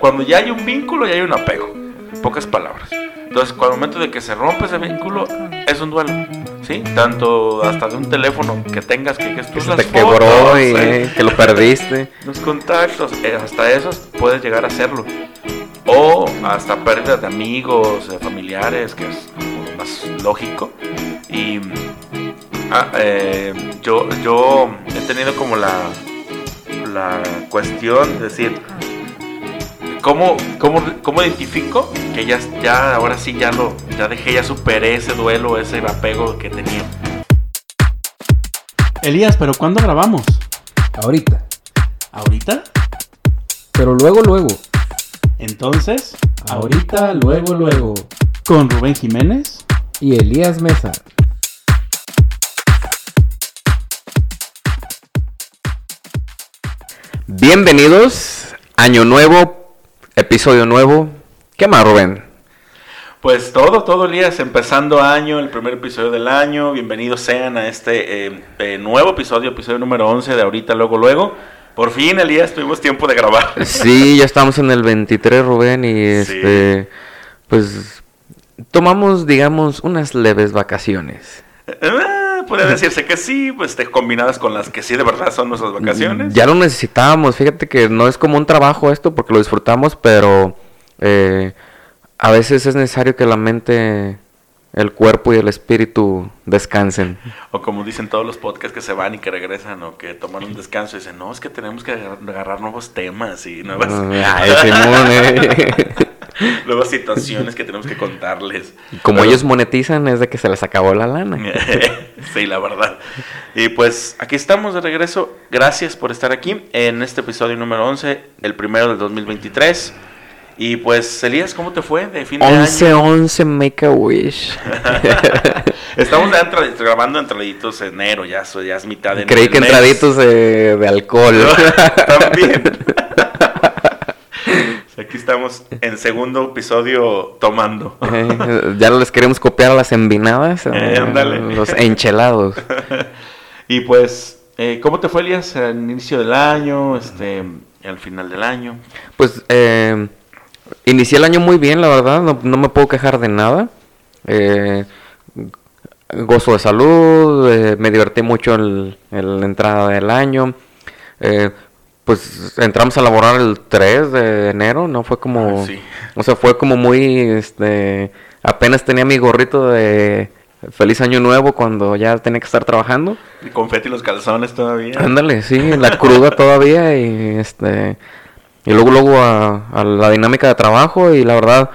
cuando ya hay un vínculo, ya hay un apego. Pocas palabras. Entonces, cuando el momento de que se rompe ese vínculo, es un duelo, ¿sí? Tanto hasta de un teléfono que tengas que tú se te quebró y que lo perdiste. Los contactos, hasta esos puedes llegar a hacerlo. O hasta pérdidas de amigos, de familiares, que es más lógico. Y yo he tenido como la cuestión de decir, ¿cómo identifico que ya ahora sí ya dejé, ya superé ese duelo, ese apego que tenía? Elías, ¿pero cuándo grabamos? Ahorita. ¿Ahorita? Pero luego. Entonces, ahorita, luego. Con Rubén Jiménez y Elías Mesa. Bienvenidos, año nuevo, episodio nuevo. ¿Qué más, Rubén? Pues todo, Elías, empezando año, el primer episodio del año. Bienvenidos sean a este nuevo episodio número 11 de ahorita, luego. Por fin, Elías, tuvimos tiempo de grabar. Sí, ya estamos en el 23, Rubén, y sí. Pues tomamos, digamos, unas leves vacaciones. Puede decirse que sí, pues combinadas con las que sí de verdad son nuestras vacaciones. Ya lo necesitábamos, fíjate que no es como un trabajo esto porque lo disfrutamos, pero a veces es necesario que la mente, el cuerpo y el espíritu descansen. O como dicen todos los podcasts que se van y que regresan o que toman un descanso y dicen, no, es que tenemos que agarrar nuevos temas y nuevas... nuevas situaciones que tenemos que contarles. Como ellos monetizan es de que se les acabó la lana. Sí, la verdad. Y pues aquí estamos de regreso. Gracias por estar aquí en este episodio número 11, el primero del 2023. Y pues, Elías, ¿cómo te fue de fin de año? 11, make a wish. Estamos grabando entraditos en enero, ya es mitad de enero. Creí que entraditos de alcohol. También. Aquí estamos en segundo episodio tomando. Ya les queremos copiar a las envinadas, ándale. Los enchelados. Y pues, ¿cómo te fue, Elías, al inicio del año, al final del año? Pues, inicié el año muy bien, la verdad, no me puedo quejar de nada. Gozo de salud, me divertí mucho en la entrada del año. Pues entramos a laborar el 3 de enero, ¿no? Fue como... sí. O sea, fue como muy... apenas tenía mi gorrito de Feliz Año Nuevo cuando ya tenía que estar trabajando. Y confeti los calzones todavía. Ándale, sí, la cruda todavía y y luego a la dinámica de trabajo y la verdad...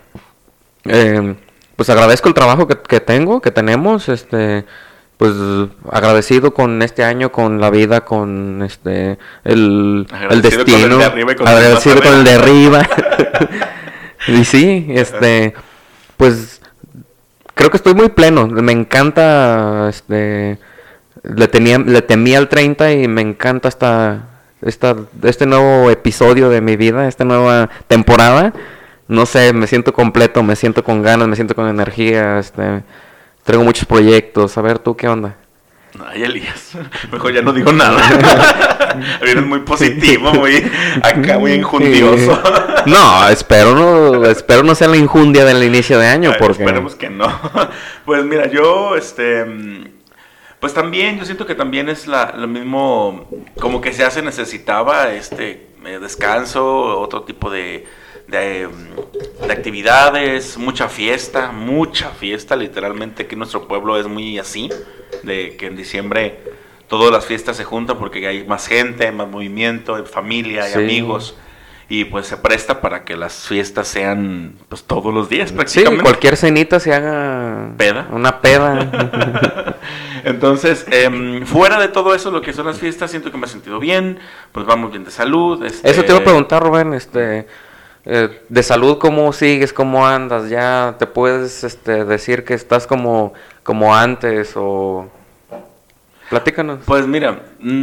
pues agradezco el trabajo que tenemos, pues agradecido con este año, con la vida, con el destino, agradecido con el de arriba. Y sí, pues creo que estoy muy pleno, me encanta, le temía al 30 y me encanta este nuevo episodio de mi vida, esta nueva temporada. No sé, me siento completo, me siento con ganas, me siento con energía, traigo muchos proyectos. A ver, ¿tú qué onda? Ay, Elías, mejor ya no digo nada. Eres muy positivo, muy injundioso. No, espero no sea la injundia del inicio de año, porque... Esperemos que no. Pues mira, yo, pues también, yo siento que también es lo mismo, como que ya se necesitaba, descanso, otro tipo de actividades, mucha fiesta, literalmente, que nuestro pueblo es muy así, de que en diciembre todas las fiestas se juntan porque hay más gente, más movimiento, familia, hay amigos, y pues se presta para que las fiestas sean pues todos los días prácticamente. Sí, cualquier cenita se haga peda. Una peda. Entonces, fuera de todo eso, lo que son las fiestas, siento que me he sentido bien, pues vamos bien de salud. Eso te iba a preguntar, Rubén, de salud, ¿cómo sigues? ¿Cómo andas? ¿Ya te puedes decir que estás como antes o...? Platícanos. Pues mira,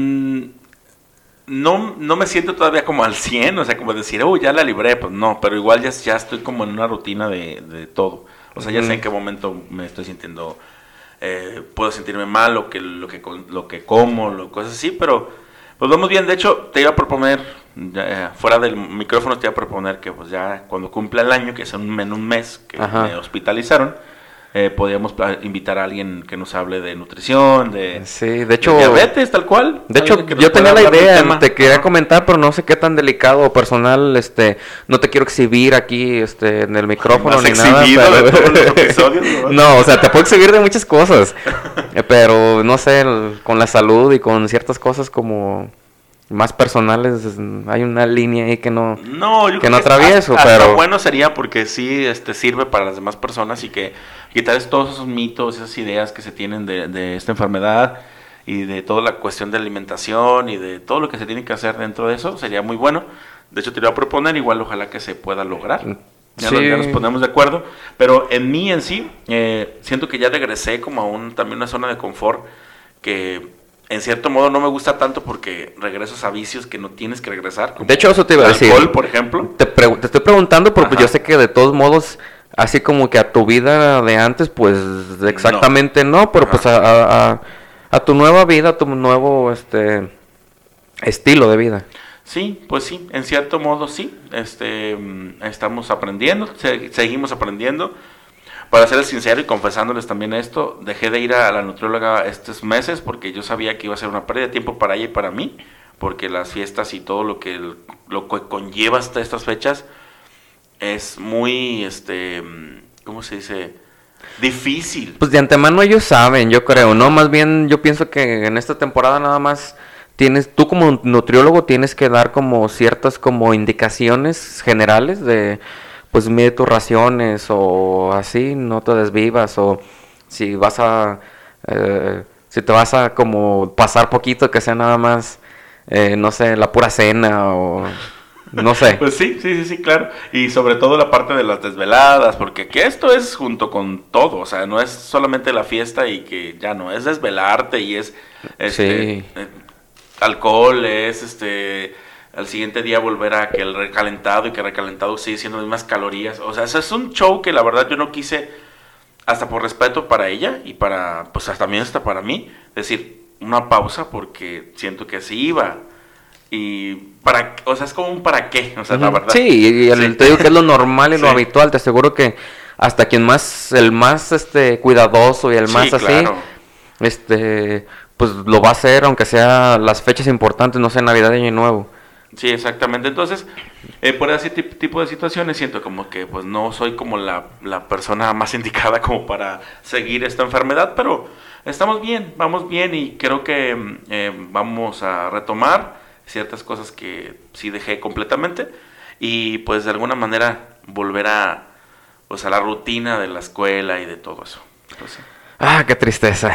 no me siento todavía como al 100, o sea, como decir, ya la libré, pues no, pero igual ya estoy como en una rutina de todo. O sea, ya sé en qué momento me estoy sintiendo, puedo sentirme mal, lo que como, cosas así, pero pues vamos bien. De hecho, te iba a proponer fuera del micrófono te iba a proponer que pues ya cuando cumpla el año, que es en un mes que me hospitalizaron, podríamos invitar a alguien que nos hable de nutrición, de diabetes, tal cual. De hecho, yo tenía la idea, te quería comentar, pero no sé qué tan delicado o personal, no te quiero exhibir aquí, en el micrófono ni nada. Pero... de todos los episodios, ¿no? No, o sea, te puedo exhibir de muchas cosas, pero no sé, con la salud y con ciertas cosas como más personales, hay una línea ahí que no atravieso, pero bueno sería porque sí sirve para las demás personas y que quitar todos esos mitos, esas ideas que se tienen de esta enfermedad y de toda la cuestión de alimentación y de todo lo que se tiene que hacer dentro de eso, sería muy bueno. De hecho te lo voy a proponer, igual ojalá que se pueda lograr. Ya nos ponemos de acuerdo, pero en sí, siento que ya regresé como a también una zona de confort que en cierto modo no me gusta tanto porque regresas a vicios que no tienes que regresar. De hecho, eso te iba a decir. Alcohol, por ejemplo. Te estoy preguntando porque yo sé que de todos modos, así como que a tu vida de antes, pues exactamente no, pero pues a tu nueva vida, a tu nuevo estilo de vida. Sí, pues sí, en cierto modo sí. Estamos aprendiendo, seguimos aprendiendo. Para ser sincero y confesándoles también esto, dejé de ir a la nutrióloga estos meses porque yo sabía que iba a ser una pérdida de tiempo para ella y para mí, porque las fiestas y todo lo que conlleva hasta estas fechas es muy, ¿cómo se dice? Difícil. Pues de antemano ellos saben, yo creo, ¿no? Más bien yo pienso que en esta temporada nada más tú como nutriólogo tienes que dar como ciertas como indicaciones generales de... pues mide tus raciones o así, no te desvivas, o si vas si te vas a como pasar poquito, que sea nada más, no sé, la pura cena o no sé. Pues sí, claro, y sobre todo la parte de las desveladas, porque que esto es junto con todo, o sea, no es solamente la fiesta y que ya no, es desvelarte y es alcohol, es al siguiente día volver a que el recalentado y que el recalentado sigue siendo las mismas calorías. O sea, eso es un show que la verdad yo no quise, hasta por respeto para ella y para, pues también hasta para mí, decir una pausa porque siento que así iba. Y o sea, es como un para qué, o sea, la verdad. Sí, te digo que es lo normal y lo habitual, te aseguro que hasta el más cuidadoso y el más así, claro. Pues lo va a hacer aunque sea las fechas importantes, no sé, Navidad y Año Nuevo. Sí, exactamente. Entonces, por ese tipo de situaciones siento como que pues no soy como la persona más indicada como para seguir esta enfermedad, pero estamos bien, vamos bien y creo que vamos a retomar ciertas cosas que sí dejé completamente y pues de alguna manera volver a la rutina de la escuela y de todo eso. Entonces, qué tristeza.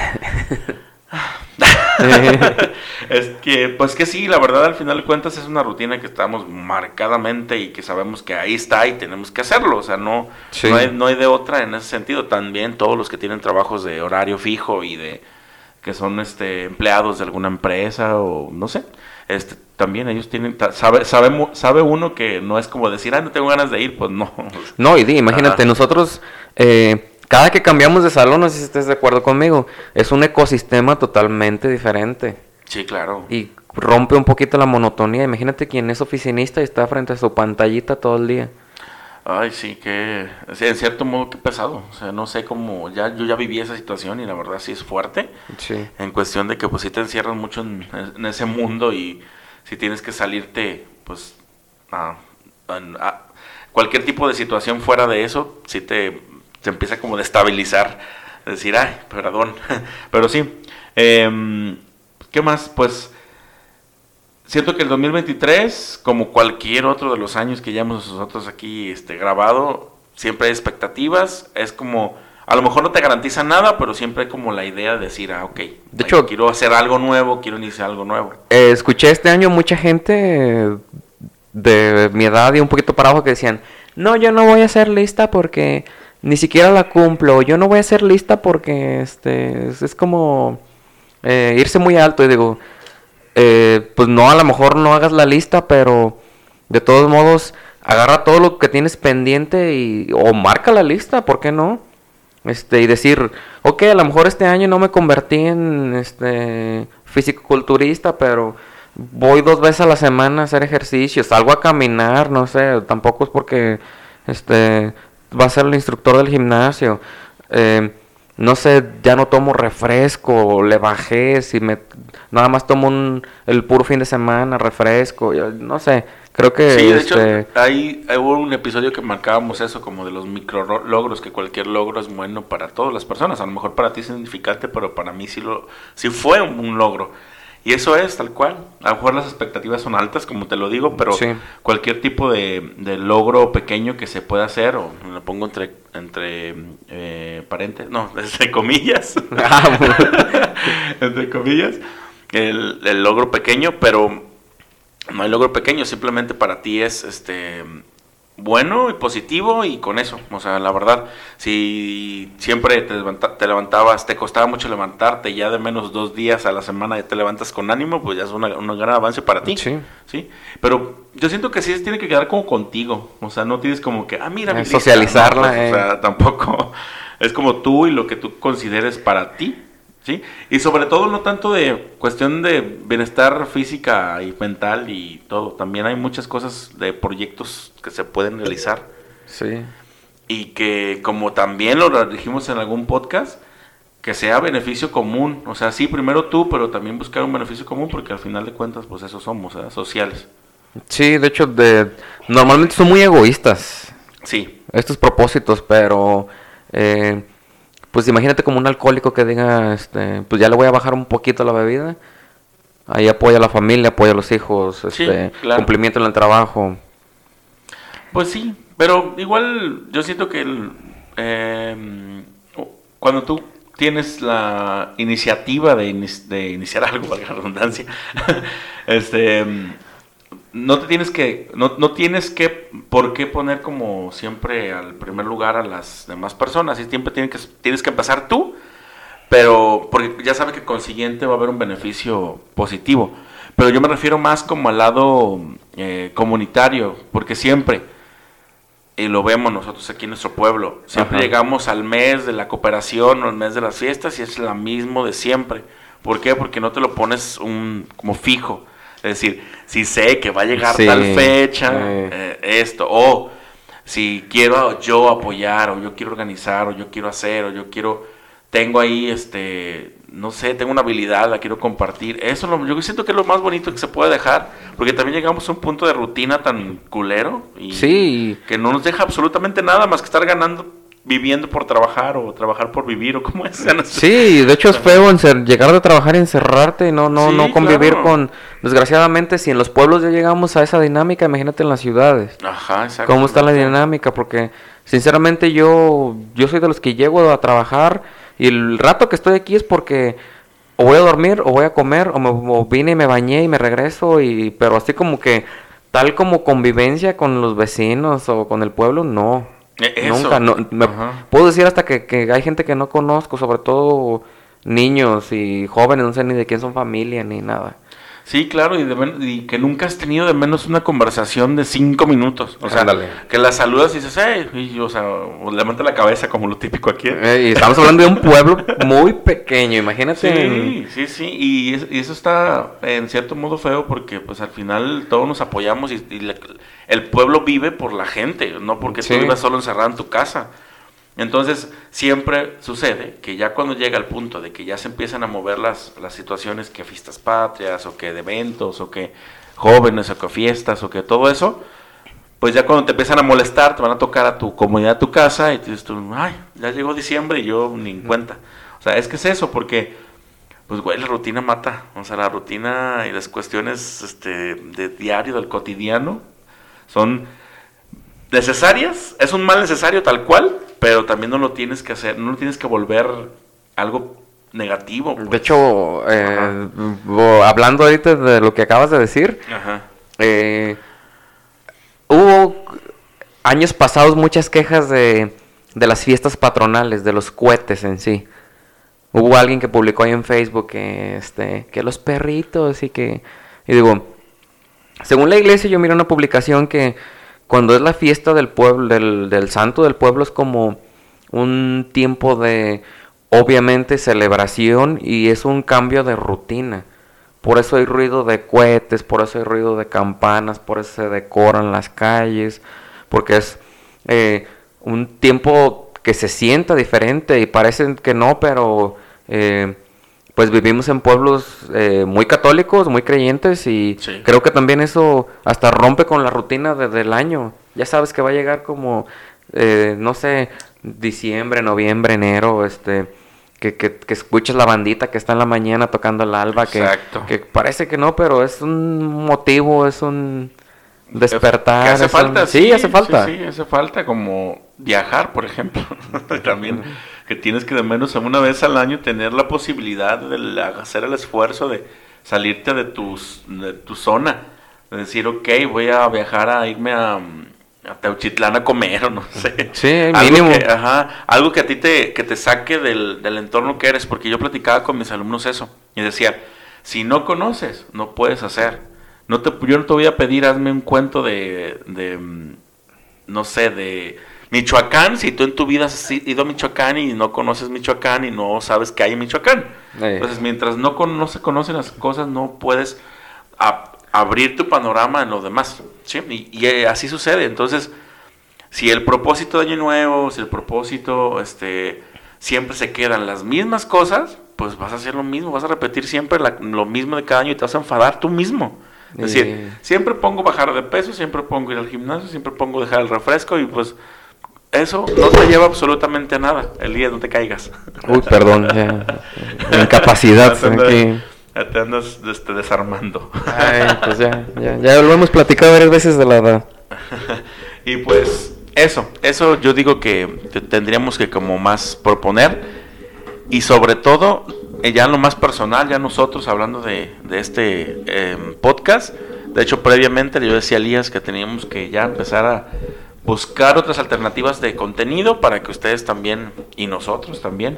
Es que, pues que sí, la verdad al final de cuentas es una rutina que estamos marcadamente y que sabemos que ahí está y tenemos que hacerlo, o sea, no hay de otra en ese sentido. También todos los que tienen trabajos de horario fijo y que son empleados de alguna empresa o no sé, también ellos tienen, sabe uno que no es como decir, no tengo ganas de ir, pues no. No, imagínate, nosotros cada que cambiamos de salón, no sé si estés de acuerdo conmigo, es un ecosistema totalmente diferente. Sí, claro. Y rompe un poquito la monotonía. Imagínate quien es oficinista y está frente a su pantallita todo el día. Ay, sí, en cierto modo qué pesado. O sea, no sé cómo, yo ya viví esa situación y la verdad sí es fuerte. Sí. En cuestión de que pues sí te encierras mucho en ese mundo y si tienes que salirte, pues a cualquier tipo de situación fuera de eso, sí te empieza como a destabilizar, decir, perdón, pero sí, ¿qué más? Pues siento que el 2023, como cualquier otro de los años que ya hemos nosotros aquí grabado, siempre hay expectativas, es como, a lo mejor no te garantiza nada, pero siempre hay como la idea de decir, ok, de hecho, quiero hacer algo nuevo, quiero iniciar algo nuevo. Escuché este año mucha gente de mi edad y un poquito para abajo que decían, no, yo no voy a hacer lista porque ni siquiera la cumplo, yo no voy a hacer lista porque es como irse muy alto. Y digo, pues no, a lo mejor no hagas la lista, pero de todos modos agarra todo lo que tienes pendiente o marca la lista, ¿por qué no? Y decir, a lo mejor este año no me convertí en fisicoculturista, pero voy 2 veces a la semana a hacer ejercicio, salgo a caminar, no sé, tampoco es porque va a ser el instructor del gimnasio. No sé, ya no tomo refresco, le bajé, nada más tomo el puro fin de semana, refresco, no sé, creo que... Sí, de hecho, hubo un episodio que marcábamos eso, como de los micro logros, que cualquier logro es bueno para todas las personas, a lo mejor para ti es insignificante, pero para mí sí fue un logro. Y eso es tal cual. A lo mejor las expectativas son altas, como te lo digo, pero sí, cualquier tipo de logro pequeño que se pueda hacer, o lo pongo entre comillas, entre comillas, el logro pequeño, pero no hay logro pequeño, simplemente para ti es bueno y positivo, y con eso, o sea, la verdad, si siempre te levantabas, te costaba mucho levantarte, ya de menos 2 días a la semana ya te levantas con ánimo, pues ya es un gran avance para ti. Sí, pero yo siento que sí se tiene que quedar como contigo, o sea, no tienes como que, mira, mi socializarla, lista, no, pues, o sea, tampoco, es como tú y lo que tú consideres para ti. ¿Sí? Y sobre todo no tanto de cuestión de bienestar física y mental y todo, también hay muchas cosas de proyectos que se pueden realizar. Sí. Y que, como también lo dijimos en algún podcast, que sea beneficio común, o sea, sí, primero tú, pero también buscar un beneficio común, porque al final de cuentas, pues eso somos, sociales. Sí, de hecho, normalmente son muy egoístas. Sí. Estos propósitos, pero... pues imagínate como un alcohólico que diga, pues ya le voy a bajar un poquito la bebida. Ahí apoya a la familia, apoya a los hijos, sí, claro, cumplimiento en el trabajo. Pues sí, pero igual yo siento que cuando tú tienes la iniciativa de iniciar algo, valga la redundancia, no tienes que por qué poner como siempre al primer lugar a las demás personas, y siempre tienes que empezar tú, pero porque ya sabes que consiguiente va a haber un beneficio positivo, pero yo me refiero más como al lado comunitario, porque siempre, y lo vemos nosotros aquí en nuestro pueblo, siempre llegamos al mes de la cooperación o al mes de las fiestas y es lo mismo de siempre. ¿Por qué? Porque no te lo pones como fijo. Es decir, si sé que va a llegar tal fecha, esto, o si quiero yo apoyar, o yo quiero organizar, o yo quiero hacer, o tengo ahí, no sé, tengo una habilidad, la quiero compartir. Eso yo siento que es lo más bonito que se puede dejar, porque también llegamos a un punto de rutina tan culero, y que no nos deja absolutamente nada más que estar viviendo por trabajar, o trabajar por vivir, o como es. Sí, de hecho es feo llegar de trabajar y encerrarte, no convivir con... Desgraciadamente, si en los pueblos ya llegamos a esa dinámica, imagínate en las ciudades. Ajá, exacto. ¿Cómo está la dinámica? Porque, sinceramente, yo soy de los que llego a trabajar y el rato que estoy aquí es porque o voy a dormir, o voy a comer, o vine y me bañé y me regreso, pero así como que, tal como convivencia con los vecinos o con el pueblo, no. Nunca, puedo decir hasta que hay gente que no conozco, sobre todo niños y jóvenes, no sé ni de quién son familia ni nada. Sí, claro, y que nunca has tenido de menos una conversación de 5 minutos. O sea, que la saludas y dices, o levanta la cabeza como lo típico aquí. Y estamos hablando de un pueblo muy pequeño, imagínate. Sí, y eso está en cierto modo feo, porque pues al final todos nos apoyamos y el pueblo vive por la gente, no porque tú vivas solo encerrado en tu casa. Entonces, siempre sucede que ya cuando llega el punto de que ya se empiezan a mover las situaciones, que fiestas patrias, o que de eventos, o que jóvenes, o que fiestas, o que todo eso, pues ya cuando te empiezan a molestar, te van a tocar a tu comunidad, a tu casa, y tú dices, ya llegó diciembre y yo ni en cuenta. O sea, es que es eso, porque, pues, güey, la rutina mata. O sea, la rutina y las cuestiones de diario, del cotidiano, son necesarias, es un mal necesario tal cual, pero también no lo tienes que hacer, no lo tienes que volver algo negativo. Pues. De hecho, hablando ahorita de lo que acabas de decir, hubo años pasados muchas quejas de las fiestas patronales, de los cohetes en sí. Hubo alguien que publicó ahí en Facebook que los perritos y digo, según la iglesia yo miré una publicación que cuando es la fiesta del pueblo, del santo del pueblo, es como un tiempo de, obviamente, celebración, y es un cambio de rutina. por eso hay ruido de cohetes, por eso hay ruido de campanas, por eso se decoran las calles, porque es un tiempo que se sienta diferente y parece que no, pero pues vivimos en pueblos muy católicos, muy creyentes y Sí. creo que también eso hasta rompe con la rutina del año. Ya sabes que va a llegar como, no sé, diciembre, noviembre, enero, que escuches la bandita que está en la mañana tocando el alba, Exacto. que parece que no, pero es un motivo, es un despertar. Que hace es falta, sí, hace falta. Sí, hace falta como viajar, por ejemplo. También que tienes que de menos una vez al año tener la posibilidad de hacer el esfuerzo de salirte de tu zona. De decir, ok, voy a viajar a irme a Teuchitlán a comer o no sé. Sí, Algo mínimo. algo que a ti que te saque del entorno que eres. Porque yo platicaba con mis alumnos eso. Y decía, si no conoces, no puedes hacer. Yo no te voy a pedir, hazme un cuento no sé, de Michoacán, si tú en tu vida has ido a Michoacán y no conoces Michoacán y no sabes qué hay en Michoacán. Entonces, mientras no se conocen las cosas, no puedes abrir tu panorama en lo demás. ¿Sí? Y así sucede. Entonces, si el propósito de Año Nuevo, si el propósito siempre se quedan las mismas cosas, pues vas a hacer lo mismo, vas a repetir siempre lo mismo de cada año y te vas a enfadar tú mismo. Es decir, siempre pongo bajar de peso, siempre pongo ir al gimnasio, siempre pongo dejar el refresco y pues eso no te lleva absolutamente a nada. Elías, no te caigas. Uy, perdón, ya. Incapacidad. Ya te andas desarmando. Ay, pues ya lo hemos platicado varias veces de la edad. Y pues eso yo digo que tendríamos que como más proponer y sobre todo ya en lo más personal, ya nosotros hablando de este podcast, de hecho previamente yo decía a Elías que teníamos que ya empezar a buscar otras alternativas de contenido para que ustedes también y nosotros también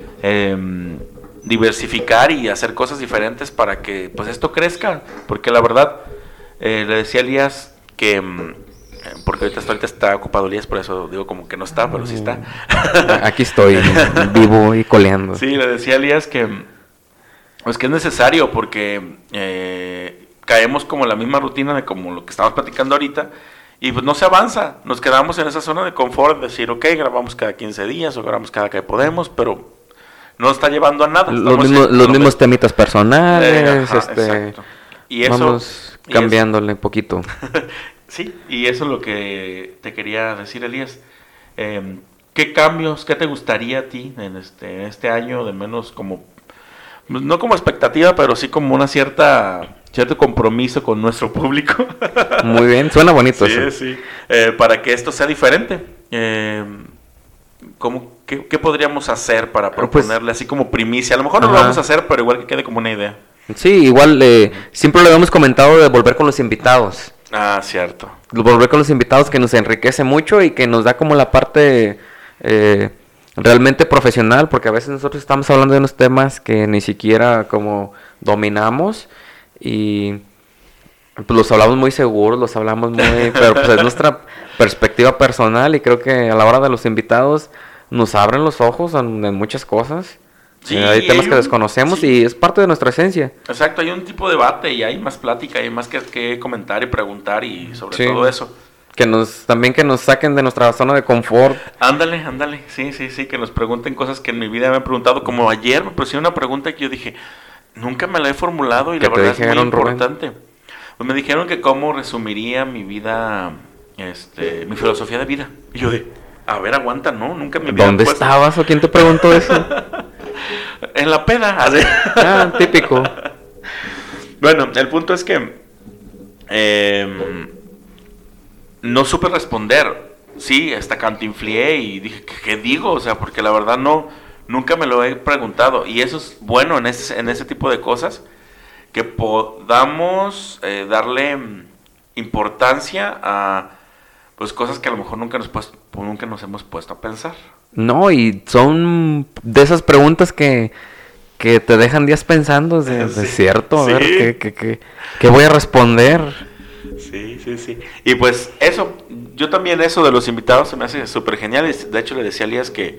diversificar y hacer cosas diferentes para que pues esto crezca, porque la verdad le decía a Elías que porque ahorita está ocupado Elías, por eso digo como que no está, pero sí está. Aquí estoy, vivo y coleando. Sí, le decía a Elías que pues que es necesario porque caemos como en la misma rutina de como lo que estamos platicando ahorita y pues no se avanza, nos quedamos en esa zona de confort, de decir, ok, grabamos cada 15 días o grabamos cada que podemos, pero no está llevando a nada. Los mismos temitas personales, exacto. Y eso, vamos cambiándole poquito. Sí, y eso es lo que te quería decir, Elías. ¿Qué cambios, qué te gustaría a ti en este año, de menos como, no como expectativa, pero sí como una cierto compromiso con nuestro público? Muy bien, suena bonito eso. Sí. Para que esto sea diferente. ¿Qué podríamos hacer para proponerle así como primicia? A lo mejor no lo vamos a hacer, pero igual que quede como una idea. Sí, igual siempre lo habíamos comentado de volver con los invitados. Ah, cierto. Volver con los invitados que nos enriquece mucho y que nos da como la parte realmente profesional, porque a veces nosotros estamos hablando de unos temas que ni siquiera como dominamos y pues los hablamos muy seguros, los hablamos muy... pero pues es nuestra perspectiva personal y creo que a la hora de los invitados nos abren los ojos en muchas cosas. Sí, hay temas que desconocemos y es parte de nuestra esencia. Exacto, hay un tipo de debate y hay más plática, hay más que comentar y preguntar y sobre todo eso. También que nos saquen de nuestra zona de confort. Ándale, sí, que nos pregunten cosas que en mi vida me han preguntado, como ayer me pusieron una pregunta que yo dije, nunca me la he formulado y la verdad es muy importante. Pues me dijeron que cómo resumiría mi vida, mi filosofía de vida. Y yo de, a ver, aguanta, no, nunca me había ¿Dónde estabas o quién te preguntó eso? En la peda. Así. Ah, típico. Bueno, el punto es que no supe responder. Sí, hasta cantinflié y dije, ¿qué digo? O sea, porque la verdad nunca me lo he preguntado. Y eso es bueno en ese tipo de cosas, que podamos darle importancia a pues cosas que a lo mejor nunca nos hemos puesto a pensar. No, y son de esas preguntas que te dejan días pensando, de cierto, a ver, ¿qué voy a responder? Sí. Y pues eso, yo también eso de los invitados se me hace súper genial. De hecho le decía a Elías que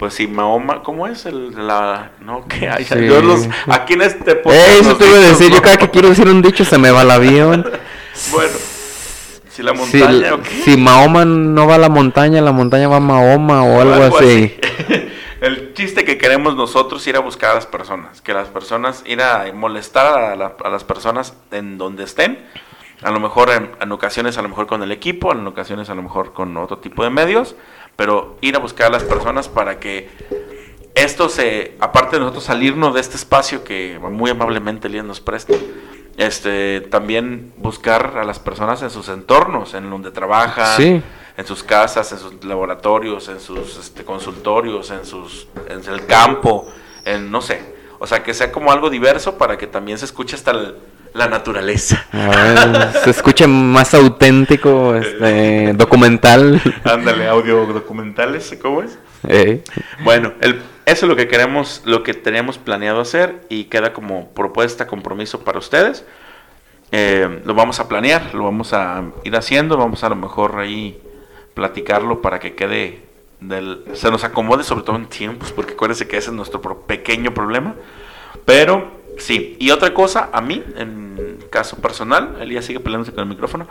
Pues sí, Mahoma, ¿cómo es? No, ¿qué hay? Sí. Aquí en este podcast... Eso te iba a decir, ¿no? Yo cada que quiero decir un dicho se me va el avión. Bueno, si la montaña o qué. Si Mahoma no va a la montaña va a Mahoma o algo así. El chiste que queremos nosotros es ir a buscar a las personas, que las personas, ir a molestar a las personas en donde estén, a lo mejor en ocasiones a lo mejor con el equipo, en ocasiones a lo mejor con otro tipo de medios, pero ir a buscar a las personas para que esto aparte de nosotros salirnos de este espacio que muy amablemente Elías nos presta, también buscar a las personas en sus entornos, en donde trabajan, sí, en sus casas, en sus laboratorios, en sus consultorios, en el campo, no sé, o sea, que sea como algo diverso para que también se escuche hasta la naturaleza. Se escuche más auténtico, documental. Ándale, audio documentales, ¿cómo es? Bueno, eso es lo que queremos, lo que teníamos planeado hacer y queda como propuesta, compromiso para ustedes. Lo vamos a planear, lo vamos a ir haciendo, vamos a lo mejor ahí platicarlo para que quede, se nos acomode sobre todo en tiempos, porque acuérdense que ese es nuestro pequeño problema, pero sí. Y otra cosa, a mí, en caso personal, Elías sigue peleándose con el micrófono,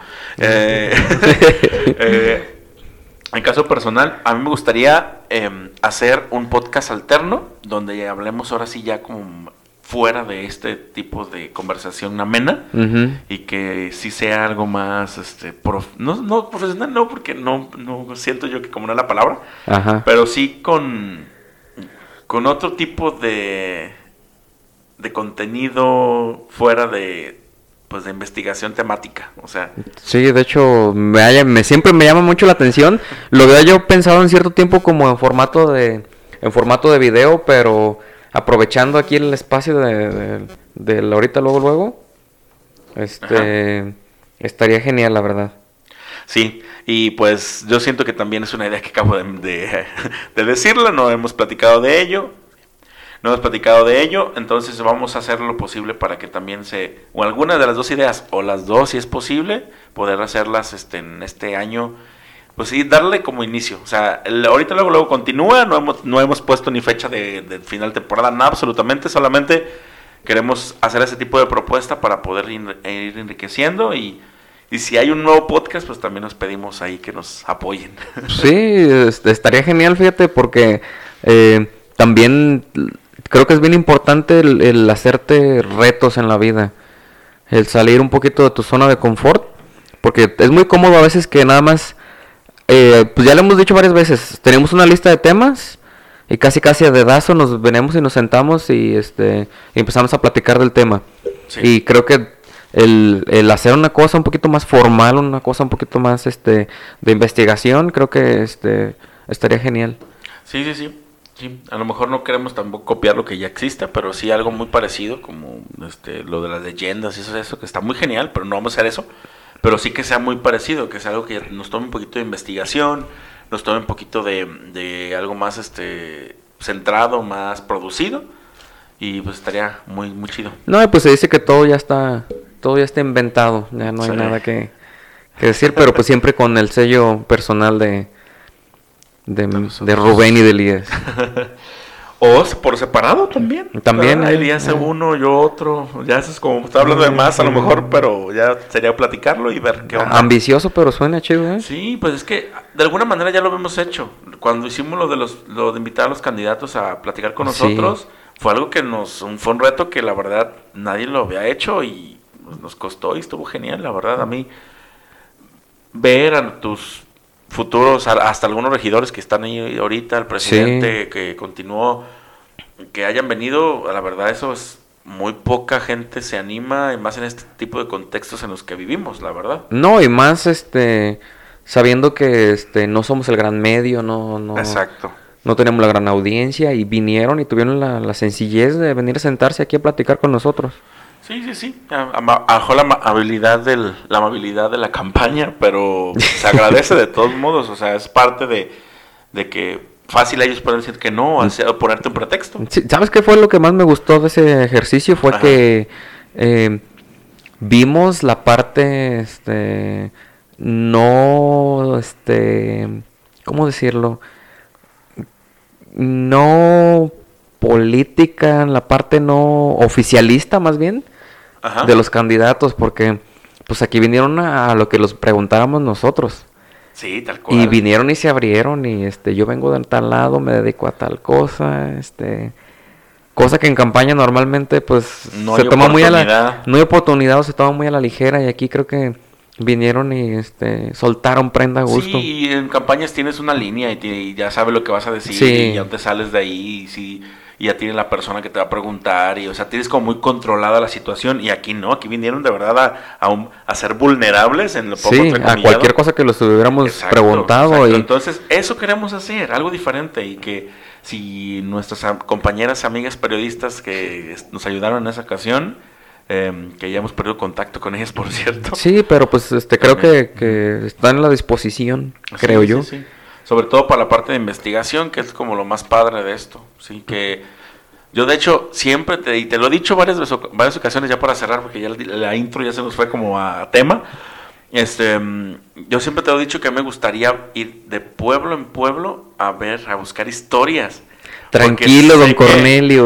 en caso personal, a mí me gustaría hacer un podcast alterno, donde hablemos ahora sí ya como fuera de este tipo de conversación amena, y que sí sea algo más, no profesional, no, porque no siento yo que como no es la palabra, pero sí con otro tipo de contenido fuera de investigación temática, o sea. Sí, de hecho, siempre me llama mucho la atención. Lo había yo pensado en cierto tiempo como en formato de video, pero aprovechando aquí el espacio de la ahorita luego, estaría genial, la verdad. Sí, y pues yo siento que también es una idea que acabo de decirla, no hemos platicado de ello, entonces vamos a hacer lo posible para que también o alguna de las dos ideas, o las dos si es posible, poder hacerlas en este año, pues sí, darle como inicio, o sea, ahorita luego continúa, no hemos puesto ni fecha de final de temporada, nada, absolutamente, solamente queremos hacer ese tipo de propuesta para poder ir enriqueciendo y si hay un nuevo podcast, pues también nos pedimos ahí que nos apoyen. Sí, estaría genial, fíjate, porque también creo que es bien importante el hacerte retos en la vida, el salir un poquito de tu zona de confort, porque es muy cómodo a veces que nada más, pues ya lo hemos dicho varias veces, tenemos una lista de temas y casi a dedazo nos venimos y nos sentamos y empezamos a platicar del tema. Sí. Y creo que el hacer una cosa un poquito más formal, una cosa un poquito más de investigación, creo que estaría genial. Sí, a lo mejor no queremos tampoco copiar lo que ya existe, pero sí algo muy parecido, como lo de las leyendas y eso que está muy genial, pero no vamos a hacer eso, pero sí que sea muy parecido, que sea algo que nos tome un poquito de investigación, nos tome un poquito de algo más centrado, más producido, y pues estaría muy chido. No, pues se dice que todo ya está inventado, ya no hay nada que decir, pero pues siempre con el sello personal de Rubén y de Elías. O por separado también. También. Elías uno, yo otro. Ya eso es como, está hablando de más a lo mejor, pero ya sería platicarlo y ver qué onda. Ambicioso, pero suena chido, ¿eh? Sí, pues es que de alguna manera ya lo hemos hecho. Cuando hicimos lo de invitar a los candidatos a platicar con nosotros, fue algo que fue un reto que la verdad nadie lo había hecho y nos costó y estuvo genial, la verdad. A mí, ver a tus futuros, hasta algunos regidores que están ahí ahorita, el presidente que continuó, que hayan venido, la verdad eso es muy poca gente se anima, y más en este tipo de contextos en los que vivimos, la verdad. No, y más sabiendo que no somos el gran medio, no Exacto. No tenemos la gran audiencia y vinieron y tuvieron la sencillez de venir a sentarse aquí a platicar con nosotros. Sí. Bajó la amabilidad de la campaña, pero se agradece de todos modos. O sea, es parte de que fácil ellos pueden decir que no, o ponerte un pretexto. Sí, ¿sabes qué fue lo que más me gustó de ese ejercicio? Fue que vimos la parte, ¿cómo decirlo? no política, en la parte no oficialista más bien, Ajá. de los candidatos, porque pues aquí vinieron a lo que los preguntáramos nosotros. Sí, tal cual. Y vinieron y se abrieron y yo vengo de tal lado, me dedico a tal cosa, cosa que en campaña normalmente pues No se hay toma muy oportunidad. no hay oportunidad o se toma muy a la ligera, y aquí creo que vinieron y soltaron prenda a gusto. Sí, y en campañas tienes una línea y ya sabes lo que vas a decir, Sí. y ya te sales de ahí, y ya tienes la persona que te va a preguntar, y o sea, tienes como muy controlada la situación, y aquí no, aquí vinieron de verdad a ser vulnerables en lo poco Sí, a entrecomillado. cualquier cosa que los hubiéramos Exacto, preguntado. exacto. Y Entonces, eso queremos hacer, algo diferente, y que si nuestras compañeras, amigas periodistas que nos ayudaron en esa ocasión, que ya hemos perdido contacto con ellas, por cierto. sí, pero pues creo que están a la disposición, creo Sí, yo. sí, sí. Sobre todo para la parte de investigación, que es como lo más padre de esto. Sí, que yo de hecho siempre y te lo he dicho varias ocasiones ya para cerrar, porque ya la intro ya se nos fue como a tema. Yo siempre te lo he dicho que me gustaría ir de pueblo en pueblo a buscar historias. Tranquilo, don Porque sé Cornelio.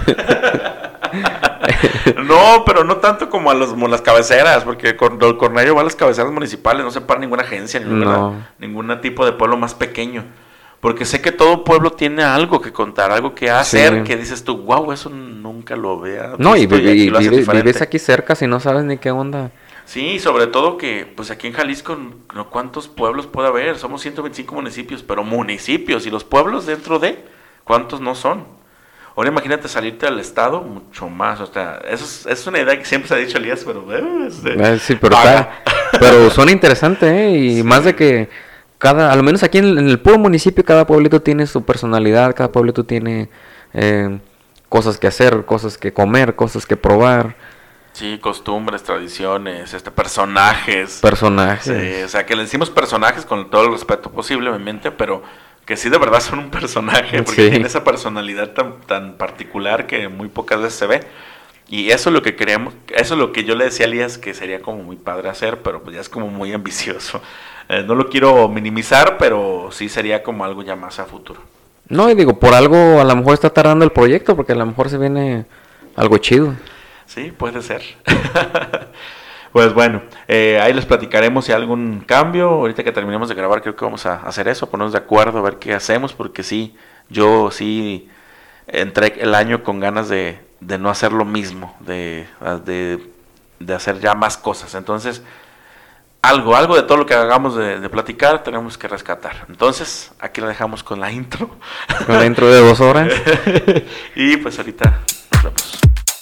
No, pero no tanto como las cabeceras, porque don Cornelio va a las cabeceras municipales, no se para ninguna agencia, ningún tipo de pueblo más pequeño. Porque sé que todo pueblo tiene algo que contar, algo que hacer, Sí. que dices tú, wow, eso nunca lo vea. No, y aquí lo hacen diferente. vives aquí cerca si no sabes ni qué onda. Sí, sobre todo que, pues aquí en Jalisco, ¿cuántos pueblos puede haber? Somos 125 municipios, pero municipios, y los pueblos dentro de, ¿cuántos no son? Ahora imagínate salirte del estado, mucho más, o sea, eso es una idea que siempre se ha dicho Elías, pero... Sí, pero suena interesante, y más de que a lo menos aquí en el puro municipio, cada pueblito tiene su personalidad, cada pueblito tiene cosas que hacer, cosas que comer, cosas que probar. Sí, costumbres, tradiciones, personajes. Personajes. Sí, o sea, que le decimos personajes con todo el respeto posible, obviamente, pero que sí de verdad son un personaje, porque Sí. tiene esa personalidad tan particular que muy pocas veces se ve. Y eso es lo que queríamos, eso es lo que yo le decía a Elías que sería como muy padre hacer, pero pues ya es como muy ambicioso. No lo quiero minimizar, pero sí sería como algo ya más a futuro. No, y digo, por algo a lo mejor está tardando el proyecto, porque a lo mejor se viene algo chido. Sí, puede ser. Pues bueno, ahí les platicaremos si hay algún cambio. Ahorita que terminemos de grabar creo que vamos a hacer eso, ponernos de acuerdo, a ver qué hacemos, porque sí, yo sí entré el año con ganas de no hacer lo mismo, de hacer ya más cosas. Entonces, algo de todo lo que hagamos de platicar tenemos que rescatar. Entonces, aquí la dejamos con la intro. Con la intro de 2 horas. Y pues ahorita nos vemos.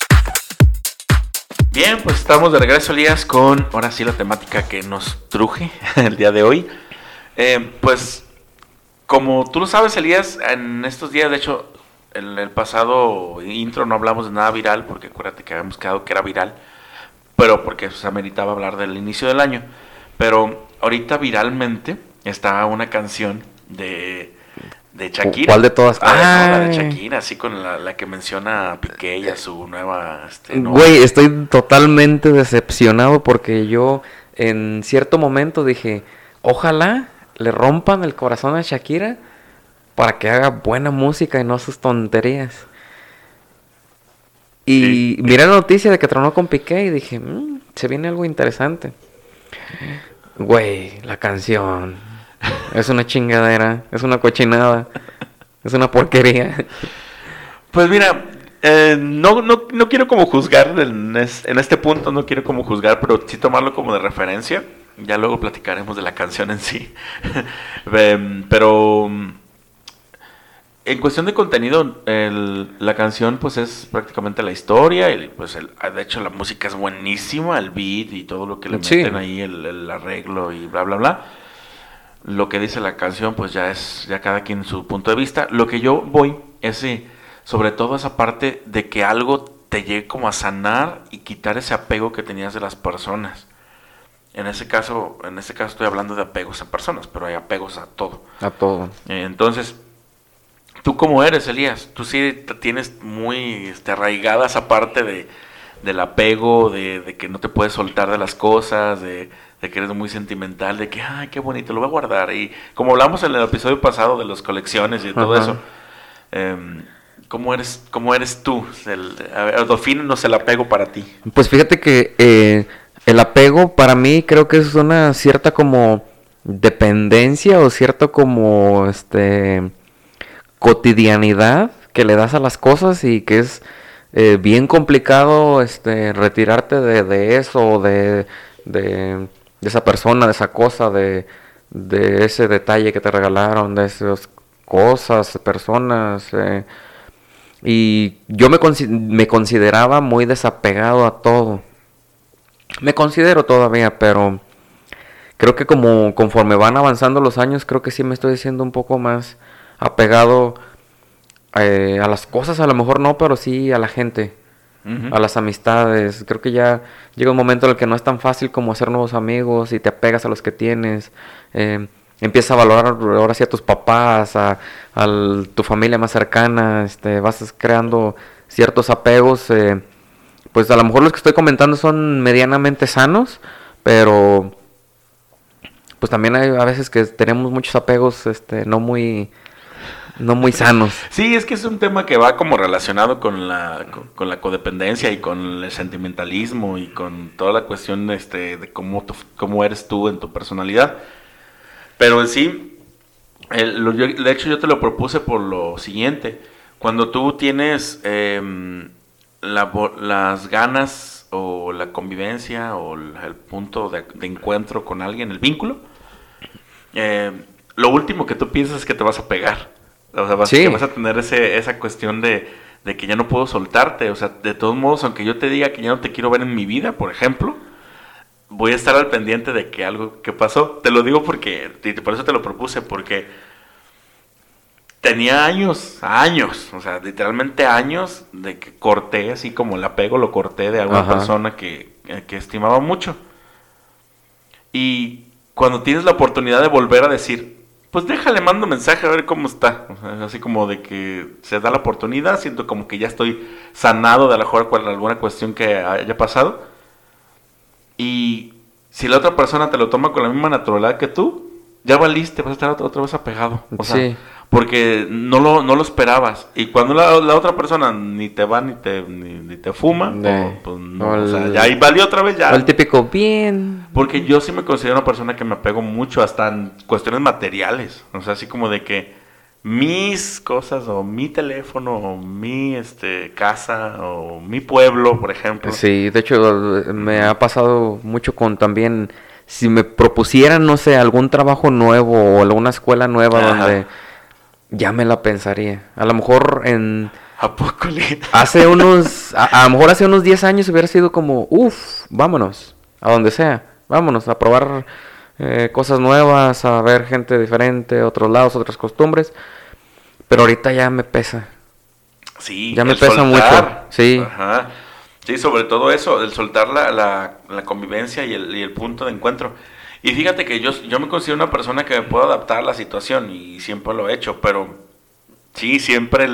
Bien, pues estamos de regreso, Elías, con ahora sí la temática que nos truje el día de hoy. Pues, como tú lo sabes, Elías, en estos días, de hecho, en el pasado intro no hablamos de nada viral, porque acuérdate que habíamos quedado que era viral, pero porque se ameritaba hablar del inicio del año. Pero ahorita viralmente está una canción de Shakira. ¿Cuál de todas? La de Shakira, así con la que menciona a Piqué y a su nueva... Güey, estoy totalmente decepcionado porque yo en cierto momento dije, ojalá le rompan el corazón a Shakira para que haga buena música y no sus tonterías. Y miré la noticia de que tronó con Piqué y dije, se viene algo interesante. Güey, la canción es una chingadera, es una cochinada, es una porquería. Pues mira, no quiero como juzgar en este punto, no quiero como juzgar, pero sí tomarlo como de referencia. Ya luego platicaremos de la canción en sí. Pero en cuestión de contenido, la canción pues es prácticamente la historia. Y pues de hecho la música es buenísima, el beat y todo lo que le meten ahí, el arreglo y bla bla bla. Lo que dice la canción pues ya cada quien su punto de vista. Lo que yo voy es sobre todo esa parte de que algo te llegue como a sanar y quitar ese apego que tenías de las personas. En ese caso estoy hablando de apegos a personas, pero hay apegos a todo. A todo. Entonces, ¿tú cómo eres, Elías? Tú sí tienes muy arraigada esa parte del apego, de que no te puedes soltar de las cosas, de que eres muy sentimental, de que, ay, qué bonito, lo voy a guardar. Y como hablamos en el episodio pasado de las colecciones y todo eso, ¿Cómo eres tú? Defínenos el apego para ti. Pues fíjate que el apego para mí creo que es una cierta como dependencia o cierta como cotidianidad que le das a las cosas y que es bien complicado retirarte de eso, de esa persona, de esa cosa, de ese detalle que te regalaron, de esas cosas, personas. Y yo me consideraba muy desapegado a todo. Me considero todavía, pero creo que conforme van avanzando los años, creo que sí me estoy siendo un poco más apegado a las cosas, a lo mejor no, pero sí a la gente, a las amistades. Creo que ya llega un momento en el que no es tan fácil como hacer nuevos amigos y te apegas a los que tienes. Empiezas a valorar ahora sí a tus papás, a tu familia más cercana, vas creando ciertos apegos. Pues a lo mejor los que estoy comentando son medianamente sanos, pero pues también hay a veces que tenemos muchos apegos no muy sanos. Sí, es que es un tema que va como relacionado con la codependencia y con el sentimentalismo y con toda la cuestión de cómo eres tú en tu personalidad. Pero en sí, de hecho yo te lo propuse por lo siguiente. Cuando tú tienes las ganas o la convivencia o el punto de encuentro con alguien, el vínculo, lo último que tú piensas es que te vas a pegar. O sea, que vas a tener esa cuestión de que ya no puedo soltarte. O sea, de todos modos, aunque yo te diga que ya no te quiero ver en mi vida, por ejemplo, voy a estar al pendiente de que algo que pasó. Te lo digo porque, y por eso te lo propuse, porque tenía años, o sea, literalmente años de que corté, así como el apego lo corté de alguna persona que estimaba mucho. Y cuando tienes la oportunidad de volver a decir, pues déjale, mando mensaje a ver cómo está. O sea, así como de que se da la oportunidad, siento como que ya estoy sanado de a lo mejor alguna cuestión que haya pasado. Y si la otra persona te lo toma con la misma naturalidad que tú, ya valiste, vas a estar otra vez apegado. O sea, porque no lo esperabas. Y cuando la otra persona ni te va ni te fuma, pues no, o sea, ya ahí valió otra vez ya. O el típico bien. Porque yo sí me considero una persona que me apego mucho hasta en cuestiones materiales. O sea, así como de que mis cosas o mi teléfono o mi casa o mi pueblo, por ejemplo. Sí, de hecho me ha pasado mucho con también, si me propusieran, no sé, algún trabajo nuevo o alguna escuela nueva donde ya me la pensaría. A lo mejor ¿A poco a lo mejor hace unos 10 años hubiera sido como, vámonos, a donde sea, vámonos a probar cosas nuevas, a ver gente diferente, otros lados, otras costumbres. Pero ahorita ya me pesa. Sí, ya me pesa mucho. Sí. Ajá. Sí, sobre todo eso, el soltar la convivencia y el punto de encuentro. Y fíjate que yo me considero una persona que me puedo adaptar a la situación y siempre lo he hecho, pero sí, siempre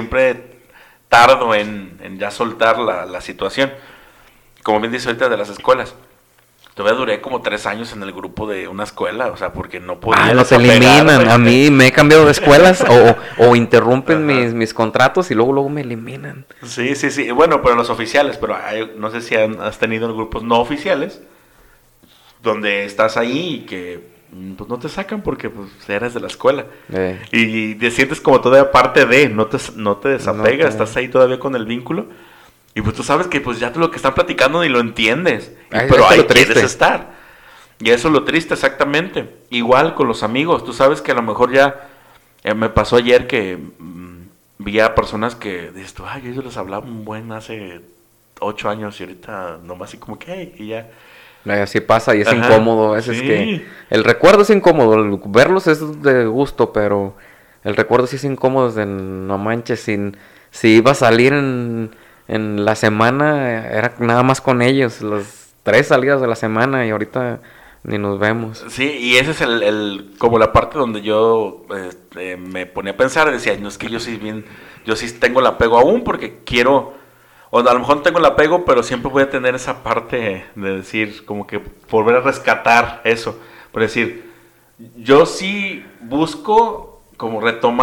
tardo en ya soltar la situación. Como bien dice ahorita de las escuelas. Todavía duré como 3 años en el grupo de una escuela, o sea, porque no podía. Los eliminan. A mí me he cambiado de escuelas o interrumpen mis contratos y luego me eliminan. Sí. Bueno, pero los oficiales, pero no sé si has tenido grupos no oficiales donde estás ahí y que pues no te sacan porque pues eres de la escuela. Y te sientes como todavía parte de, no te desapegas, estás ahí todavía con el vínculo. Y pues tú sabes que pues ya lo que están platicando ni lo entiendes. Pero ahí quieres estar. Y eso es lo triste, exactamente. Igual con los amigos. Tú sabes que a lo mejor ya me pasó ayer que vi a personas que dices tú, yo les hablaba un buen hace 8 años y ahorita nomás así como que, y ya. Así pasa y es incómodo. A veces que el recuerdo es incómodo. El verlos es de gusto, pero el recuerdo sí es incómodo. No manches, si iba a salir en la semana, era nada más con ellos, las 3 salidas de la semana y ahorita ni nos vemos. Sí, y ese es como la parte donde yo me ponía a pensar, decía, no es que yo sí tengo el apego aún porque quiero, o a lo mejor no tengo el apego, pero siempre voy a tener esa parte de decir, como que volver a rescatar eso, por decir, yo sí busco como retomar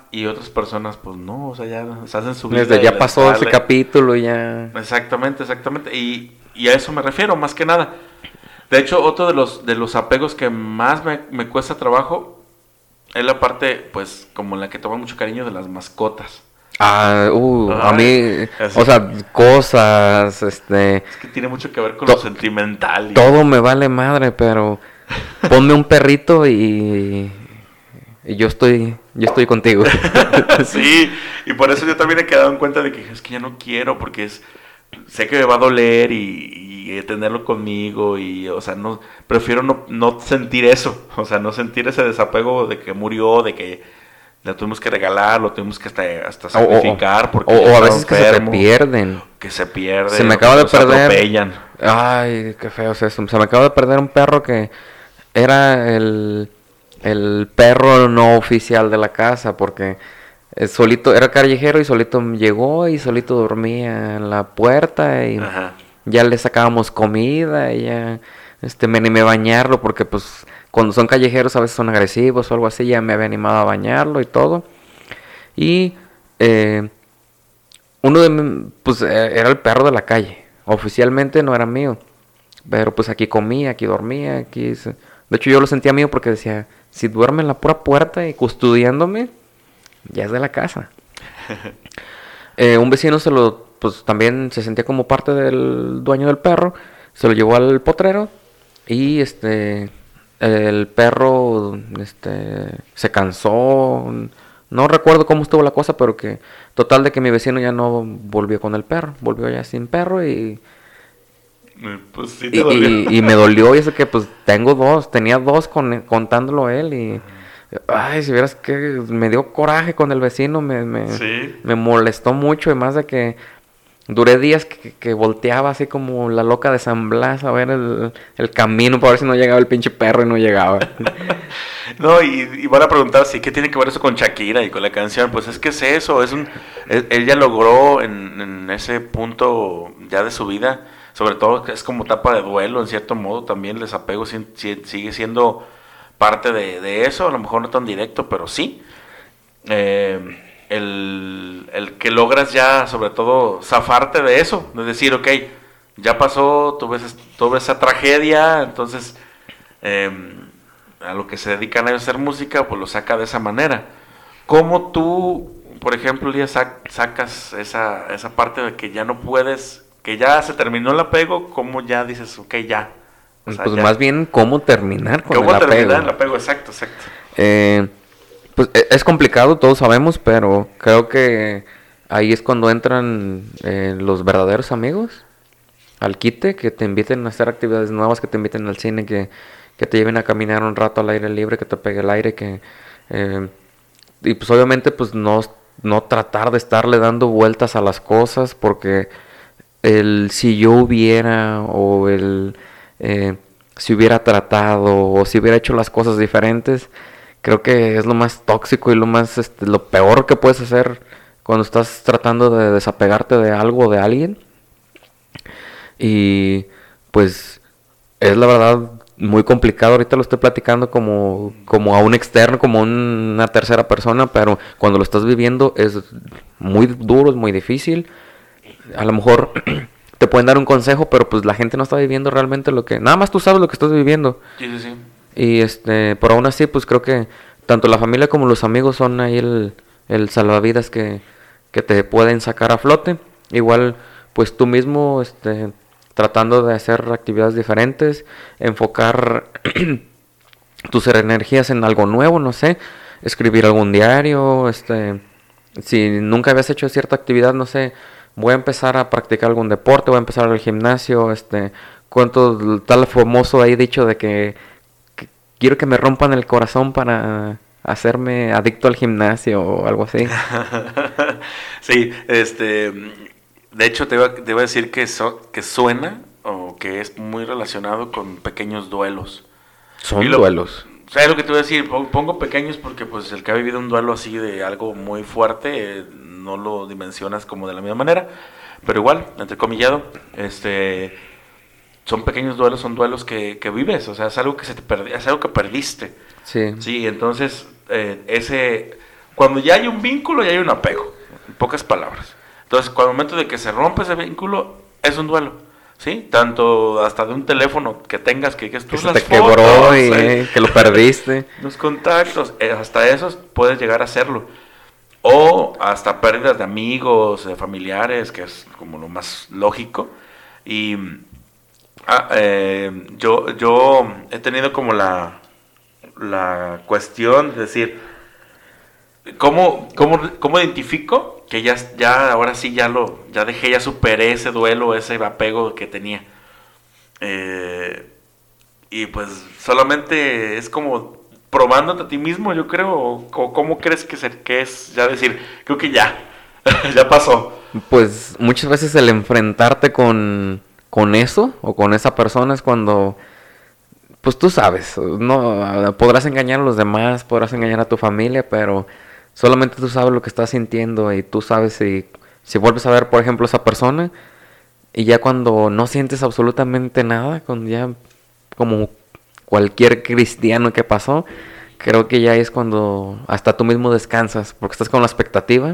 y otras personas, pues no, o sea, ya se hacen su vida. Desde ya pasó ese capítulo, ya. Exactamente. Y a eso me refiero, más que nada. De hecho, otro de los apegos que más me cuesta trabajo es la parte, pues, como la que toma mucho cariño de las mascotas. A mí, así. o sea, cosas, Es que tiene mucho que ver con lo sentimental. Todo me vale madre, pero ponme un perrito y yo estoy contigo. Sí, y por eso yo también he quedado en cuenta de que es que ya no quiero, porque sé que me va a doler y tenerlo conmigo y, o sea, no, prefiero no sentir eso, o sea, no sentir ese desapego de que murió, de que lo tuvimos que regalar, lo tuvimos que hasta sacrificar, porque o a veces enfermo, que se pierden, se me acaba de perder, atropellan. Ay, qué feo es eso, se me acaba de perder un perro que era el perro no oficial de la casa, porque solito era callejero y solito llegó y solito dormía en la puerta y Ajá. ya le sacábamos comida y ya me animé a bañarlo porque pues cuando son callejeros a veces son agresivos o algo así, ya me había animado a bañarlo y todo. Y uno pues era el perro de la calle, oficialmente no era mío, pero pues aquí comía, aquí dormía, de hecho yo lo sentía mío porque decía, si duerme en la pura puerta y custodiándome, ya es de la casa. Un vecino pues también se sentía como parte del dueño del perro, se lo llevó al potrero y el perro se cansó, no recuerdo cómo estuvo la cosa, pero que total de que mi vecino ya no volvió con el perro, volvió ya sin perro y pues sí te dolió. Y me dolió, y eso que pues tenía dos contándolo a él y ay, si vieras que me dio coraje con el vecino, ¿Sí? me molestó mucho, y más de que duré días que volteaba así como la loca de San Blas a ver el camino para ver si no llegaba el pinche perro y no llegaba. No, y van a preguntar si qué tiene que ver eso con Shakira y con la canción. Pues es que es eso, ella logró en ese punto ya de su vida, sobre todo que es como etapa de duelo en cierto modo, también el desapego sigue siendo parte de eso, a lo mejor no tan directo, pero sí. El que logras ya, sobre todo, zafarte de eso, de decir, ok, ya pasó, tuve esa tragedia, entonces a lo que se dedican a hacer música, pues lo saca de esa manera. ¿Cómo tú, por ejemplo, ya sacas esa parte de que ya no puedes, que ya se terminó el apego? ¿Cómo ya dices, ok, ya? O sea, pues ya. Más bien, ¿cómo terminar con ¿Cómo el apego? terminar el apego? Exacto. Pues es complicado, todos sabemos, pero creo que ahí es cuando entran los verdaderos amigos al quite, que te inviten a hacer actividades nuevas, que te inviten al cine, que te lleven a caminar un rato al aire libre, que te pegue el aire, y pues obviamente pues no tratar de estarle dando vueltas a las cosas, porque si yo hubiera, o si hubiera tratado, o si hubiera hecho las cosas diferentes, creo que es lo más tóxico y lo peor que puedes hacer cuando estás tratando de desapegarte de algo o de alguien. Y pues es la verdad muy complicado. Ahorita lo estoy platicando como a un externo, como una tercera persona, pero cuando lo estás viviendo es muy duro, es muy difícil. A lo mejor te pueden dar un consejo, pero pues la gente no está viviendo realmente nada más tú sabes lo que estás viviendo. Sí. Y pero aún así, pues creo que tanto la familia como los amigos son ahí el salvavidas que te pueden sacar a flote. Igual, pues tú mismo, tratando de hacer actividades diferentes, enfocar tus energías en algo nuevo, no sé, escribir algún diario, si nunca habías hecho cierta actividad, no sé, voy a empezar a practicar algún deporte, voy a empezar al gimnasio, cuánto tal famoso ahí dicho de que quiero que me rompan el corazón para hacerme adicto al gimnasio o algo así. Sí, de hecho te iba a decir que suena o que es muy relacionado con pequeños duelos. Son duelos. ¿Sabes lo que te voy a decir? Pongo pequeños porque pues el que ha vivido un duelo así de algo muy fuerte no lo dimensionas como de la misma manera, pero igual, entrecomillado, son pequeños duelos, son duelos que vives, o sea, es algo que es algo que perdiste. Sí. Sí, entonces cuando ya hay un vínculo, ya hay un apego, en pocas palabras. Entonces, cuando el momento de que se rompe ese vínculo, es un duelo, ¿sí? Tanto hasta de un teléfono que tengas, que se te quebró y que lo perdiste. Los contactos, hasta esos puedes llegar a hacerlo. O hasta pérdidas de amigos, de familiares, que es como lo más lógico. Y yo he tenido como la cuestión de decir, ¿cómo identifico que ya ahora sí ya dejé, ya superé ese duelo, ese apego que tenía? Y pues solamente es como probándote a ti mismo, yo creo, o ¿cómo crees que es ya decir, creo que ya pasó? Pues muchas veces el enfrentarte con eso o con esa persona es cuando, pues tú sabes, no podrás engañar a los demás, podrás engañar a tu familia, pero solamente tú sabes lo que estás sintiendo y tú sabes si vuelves a ver, por ejemplo, esa persona y ya cuando no sientes absolutamente nada, cuando ya como cualquier cristiano que pasó, creo que ya es cuando hasta tú mismo descansas, porque estás con la expectativa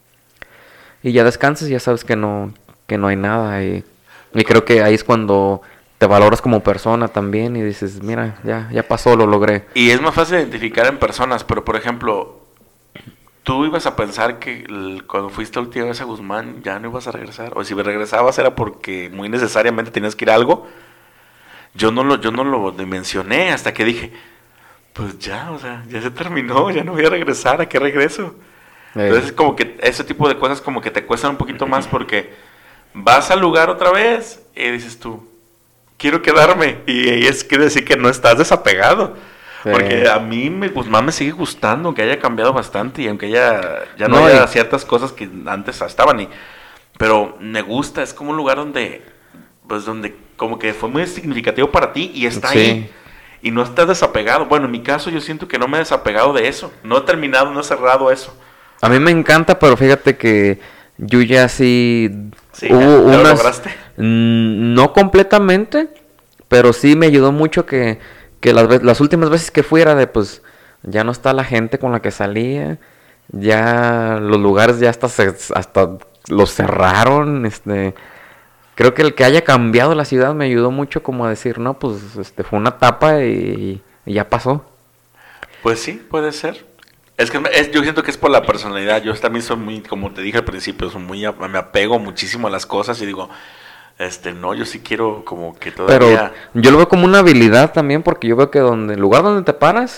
y ya descansas y ya sabes que no hay nada y creo que ahí es cuando te valoras como persona también y dices, mira, ya pasó, lo logré. Y es más fácil identificar en personas, pero por ejemplo, ¿tú ibas a pensar que cuando fuiste la última vez a Guzmán ya no ibas a regresar? O si regresabas era porque muy necesariamente tenías que ir a algo. Yo no lo dimensioné hasta que dije, pues ya, o sea, ya se terminó, ya no voy a regresar, ¿a qué regreso? Entonces como que ese tipo de cosas como que te cuestan un poquito más porque vas al lugar otra vez y dices tú, quiero quedarme. Y es quiere decir que no estás desapegado. Porque a mí Guzmán me sigue gustando, aunque haya cambiado bastante y aunque ya no haya ciertas cosas que antes estaban. Pero me gusta, es como un lugar donde como que fue muy significativo para ti y está ahí. Y no estás desapegado. Bueno, en mi caso yo siento que no me he desapegado de eso. No he terminado, no he cerrado eso. A mí me encanta, pero fíjate que yo ya sí hubo unas... ¿Lo lograste? No completamente, pero sí me ayudó mucho que las últimas veces que fui era de pues ya no está la gente con la que salía, ya los lugares ya hasta los cerraron, creo que el que haya cambiado la ciudad me ayudó mucho como a decir, no, pues fue una etapa y ya pasó. Pues sí, puede ser. Es que yo siento que es por la personalidad. Yo también soy muy, como te dije al principio, me apego muchísimo a las cosas y digo, no, yo sí quiero como que todavía... Pero yo lo veo como una habilidad también porque yo veo que el lugar donde te paras,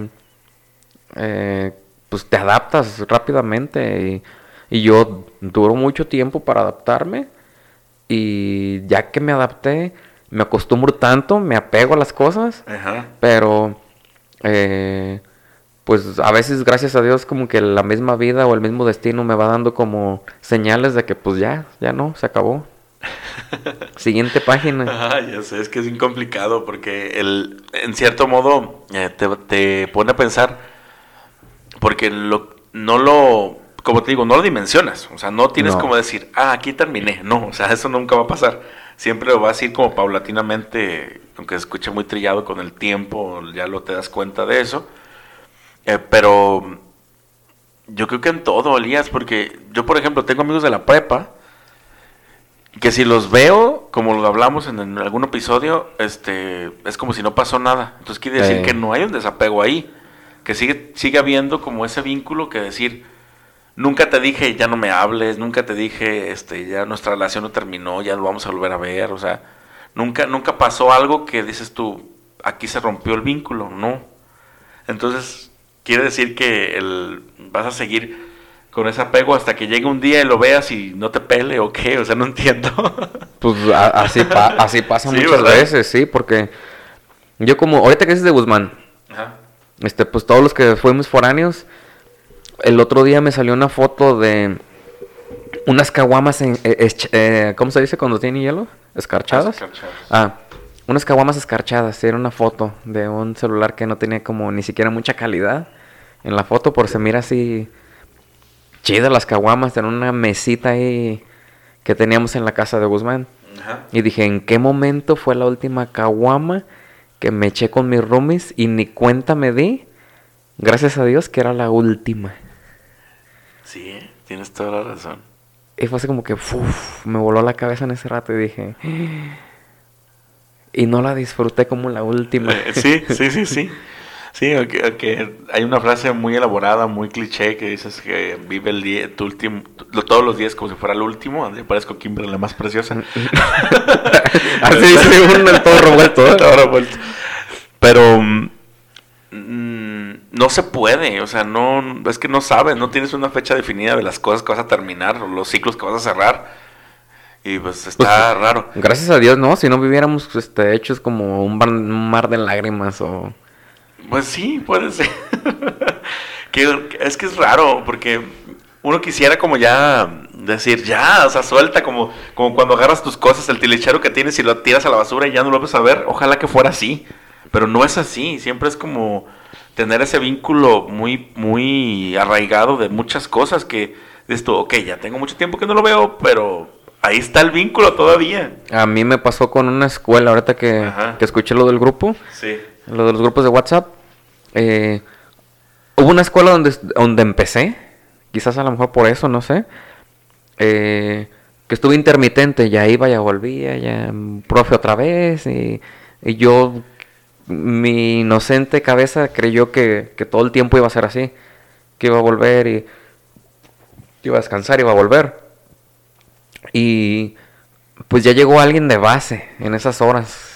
pues te adaptas rápidamente y yo duro mucho tiempo para adaptarme y ya que me adapté, me acostumbro tanto, me apego a las cosas, pero pues a veces gracias a Dios como que la misma vida o el mismo destino me va dando como señales de que pues ya no, se acabó. Siguiente página. Ya sé, es que es bien complicado porque en cierto modo te pone a pensar porque como te digo, no lo dimensionas, o sea, no tienes como decir, aquí terminé, no, o sea, eso nunca va a pasar, siempre vas a ir como paulatinamente, aunque se escuche muy trillado con el tiempo, ya te das cuenta de eso, pero yo creo que en todo, Elías, porque yo por ejemplo tengo amigos de la prepa, que si los veo, como lo hablamos en algún episodio, es como si no pasó nada, entonces quiere decir que no hay un desapego ahí, que sigue habiendo como ese vínculo que decir, nunca te dije ya no me hables, nunca te dije ya nuestra relación no terminó, ya lo vamos a volver a ver, o sea, nunca pasó algo que dices tú, aquí se rompió el vínculo, no. Entonces, quiere decir que vas a seguir con ese apego hasta que llegue un día y lo veas y no te pele o qué, o sea, no entiendo. Pues así pasa muchas ¿verdad? Veces, sí, porque yo como, ahorita que dices de Guzmán, pues todos los que fuimos foráneos, el otro día me salió una foto de unas caguamas, ¿cómo se dice cuando tiene hielo? ¿Escarchadas? Unas caguamas escarchadas. Era una foto de un celular que no tenía como ni siquiera mucha calidad en la foto, por se mira así chida las caguamas en una mesita ahí que teníamos en la casa de Guzmán. Y dije, ¿en qué momento fue la última caguama que me eché con mis roomies y ni cuenta me di? Gracias a Dios que era la última. Sí, tienes toda la razón. Y fue así como que, me voló la cabeza en ese rato y dije... Y no la disfruté como la última. Sí. Sí, que hay una frase muy elaborada, muy cliché, que dices que vive el día, tu último, todos los días como si fuera el último. Donde parezco Kimberly, la más preciosa. Así dice uno, todo revuelto. Todo revuelto. Pero no se puede, o sea, no, es que no sabes, no tienes una fecha definida de las cosas que vas a terminar, o los ciclos que vas a cerrar. Y pues está raro. Gracias a Dios, no, si no viviéramos hechos como un mar de lágrimas o... Pues sí, puede ser. Es que es raro, porque uno quisiera como ya decir, ya, o sea, suelta, como cuando agarras tus cosas, el tilichero que tienes y lo tiras a la basura y ya no lo vas a ver. Ojalá que fuera así, pero no es así. Siempre es como tener ese vínculo muy, muy arraigado de muchas cosas que dices tú, ok, ya tengo mucho tiempo que no lo veo, pero ahí está el vínculo todavía. A mí me pasó con una escuela, ahorita que escuché lo del grupo. Sí. Lo de los grupos de WhatsApp. Hubo una escuela donde empecé, quizás a lo mejor por eso, no sé, que estuve intermitente, ya iba, ya volvía, ya profe otra vez, y yo, mi inocente cabeza creyó que todo el tiempo iba a ser así, que iba a volver y iba a descansar, iba a volver. Y pues ya llegó alguien de base en esas horas.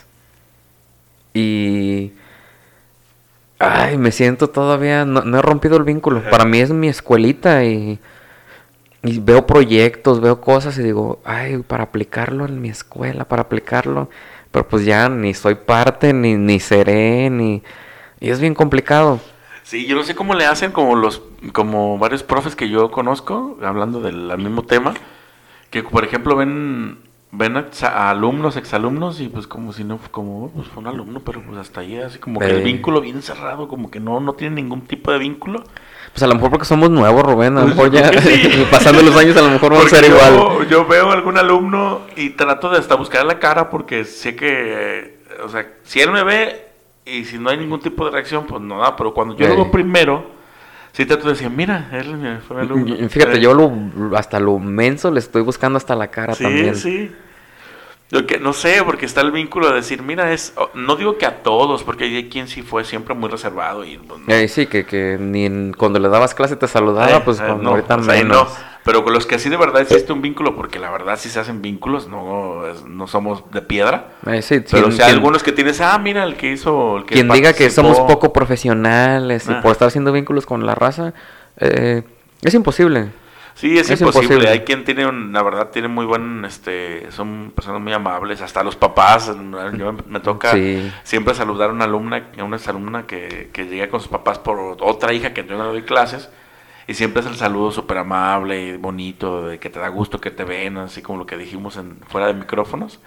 Y... Ay, me siento todavía... No he rompido el vínculo. Para mí es mi escuelita y veo proyectos, veo cosas y digo... Ay, para aplicarlo en mi escuela, para aplicarlo... Pero pues ya ni soy parte, ni seré, ni... Y es bien complicado. Sí, yo no sé cómo le hacen como varios profes que yo conozco, hablando del mismo tema... Que, por ejemplo, ven a alumnos, exalumnos, y pues como si no, como pues fue un alumno, pero pues hasta ahí, así como que el vínculo bien cerrado, como que no tiene ningún tipo de vínculo. Pues a lo mejor porque somos nuevos, Rubén, a lo mejor ya pasando los años a lo mejor vamos a ser igual. Yo veo a algún alumno y trato de hasta buscar la cara porque sé que, o sea, si él me ve y si no hay ningún tipo de reacción, pues no da, pero cuando yo lo veo primero... Sí, te decía, mira, él fue el alumno. Fíjate, yo hasta lo menso le estoy buscando hasta la cara también. Sí. Yo que no sé, porque está el vínculo de decir, mira, no digo que a todos, porque hay quien sí fue siempre muy reservado y pues, no. Sí, que ni cuando le dabas clase te saludaba, pues no, ahorita menos. No. Pero con los que sí de verdad existe un vínculo, porque la verdad sí se hacen vínculos, no somos de piedra. Sí, pero hay algunos que tienes, mira, el que hizo... Quien diga que somos poco profesionales y por estar haciendo vínculos con la raza, es imposible. Sí, es imposible. Hay quien tiene, la verdad, tiene muy buen, son personas muy amables, hasta los papás. Yo me toca siempre saludar a una exalumna que llega con sus papás por otra hija que yo no le doy clases. Y siempre es el saludo súper amable y bonito, de que te da gusto que te ven, así como lo que dijimos fuera de micrófonos.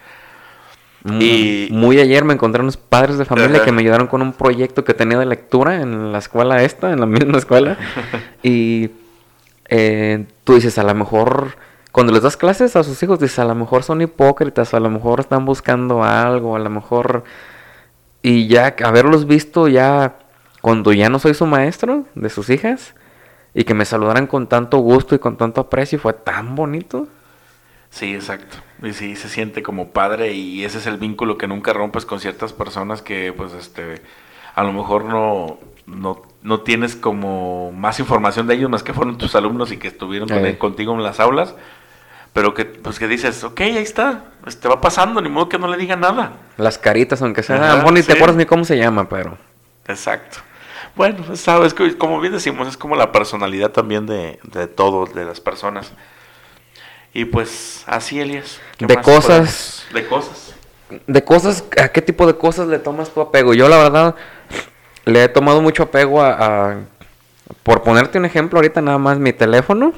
Muy ayer me encontré unos padres de familia que me ayudaron con un proyecto que tenía de lectura en la escuela en la misma escuela. Y tú dices, a lo mejor, cuando les das clases a sus hijos, dices, a lo mejor son hipócritas, a lo mejor están buscando algo, a lo mejor... Y ya haberlos visto ya cuando ya no soy su maestro de sus hijas... Y que me saludaran con tanto gusto y con tanto aprecio, fue tan bonito. Sí, exacto. Y sí, se siente como padre y ese es el vínculo que nunca rompes con ciertas personas que, pues, a lo mejor no tienes como más información de ellos más que fueron tus alumnos y que estuvieron contigo en las aulas. Pero que, pues, que dices, ok, ahí está, va pasando, ni modo que no le diga nada. Las caritas, aunque sea, ni te acuerdas ni cómo se llama, pero... Exacto. Bueno, sabes, como bien decimos, es como la personalidad también de todos, de las personas. Y pues, así, Elías. De cosas. De cosas. ¿A qué tipo de cosas le tomas tu apego? Yo, la verdad, le he tomado mucho apego por ponerte un ejemplo, ahorita nada más mi teléfono.